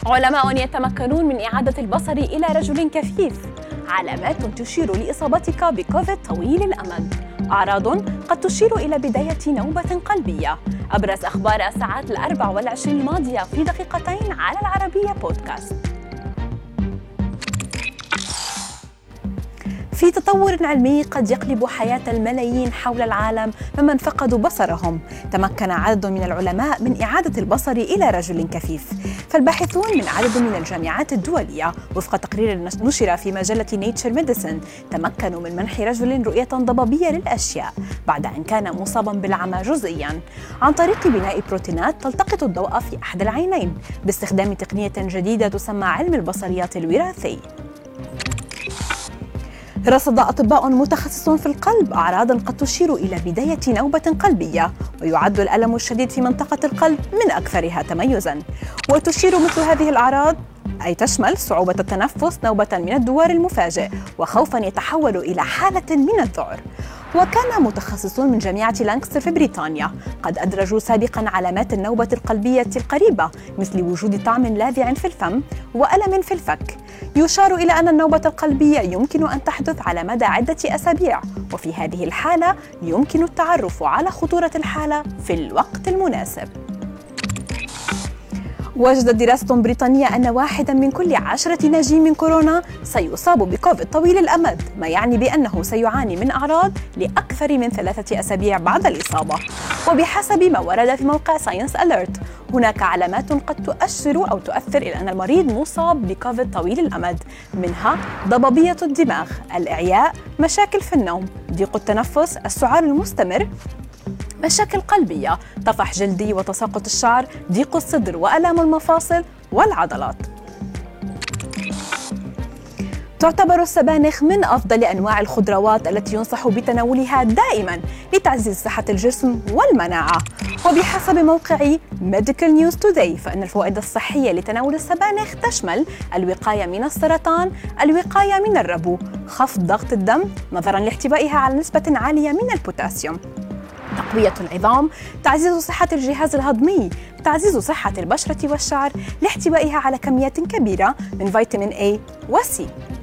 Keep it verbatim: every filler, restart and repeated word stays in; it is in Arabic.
علماء يتمكنون من إعادة البصر إلى رجل كفيف. علامات تشير لإصابتك بكوفيد طويل الأمد. أعراض قد تشير إلى بداية نوبة قلبية. أبرز أخبار الساعات الأربع والعشرين الماضية في دقيقتين على العربية بودكاست. في تطور علمي قد يقلب حياة الملايين حول العالم ممن فقدوا بصرهم، تمكن عدد من العلماء من إعادة البصر إلى رجل كفيف. فالباحثون من عدد من الجامعات الدولية وفق تقرير نشر في مجلة نيتشر ميديسن تمكنوا من منح رجل رؤية ضبابية للأشياء بعد أن كان مصابا بالعمى جزئيا عن طريق بناء بروتينات تلتقط الضوء في أحد العينين باستخدام تقنية جديدة تسمى علم البصريات الوراثي. رصد أطباء متخصصون في القلب أعراضاً قد تشير إلى بداية نوبة قلبية، ويعد الألم الشديد في منطقة القلب من أكثرها تميزاً. وتشير مثل هذه الأعراض أي تشمل صعوبة التنفس، نوبة من الدوار المفاجئ، وخوفاً يتحول إلى حالة من الذعر. وكان متخصصون من جامعة لانكستر في بريطانيا قد أدرجوا سابقاً علامات النوبة القلبية القريبة مثل وجود طعم لاذع في الفم وألم في الفك. يشار إلى أن النوبة القلبية يمكن أن تحدث على مدى عدة أسابيع، وفي هذه الحالة يمكن التعرف على خطورة الحالة في الوقت المناسب. وجدت دراسة بريطانية أن واحدا من كل عشرة ناجين من كورونا سيصاب بكوفيد طويل الأمد، ما يعني بأنه سيعاني من أعراض لأكثر من ثلاثة أسابيع بعد الإصابة. وبحسب ما ورد في موقع ساينس أليرت، هناك علامات قد تؤشر أو تؤثر إلى أن المريض مصاب بكوفيد طويل الأمد، منها ضبابية الدماغ، الإعياء، مشاكل في النوم، ضيق التنفس، السعال المستمر، مشاكل قلبية، طفح جلدي وتساقط الشعر، ضيق الصدر وآلام المفاصل والعضلات. تعتبر السبانخ من أفضل أنواع الخضروات التي ينصح بتناولها دائماً لتعزيز صحة الجسم والمناعة. وبحسب موقع Medical News Today فإن الفوائد الصحية لتناول السبانخ تشمل الوقاية من السرطان، الوقاية من الربو، خفض ضغط الدم نظراً لاحتوائها على نسبة عالية من البوتاسيوم، تقوية العظام، تعزيز صحة الجهاز الهضمي، تعزيز صحة البشرة والشعر لاحتوائها على كميات كبيرة من فيتامين A و C.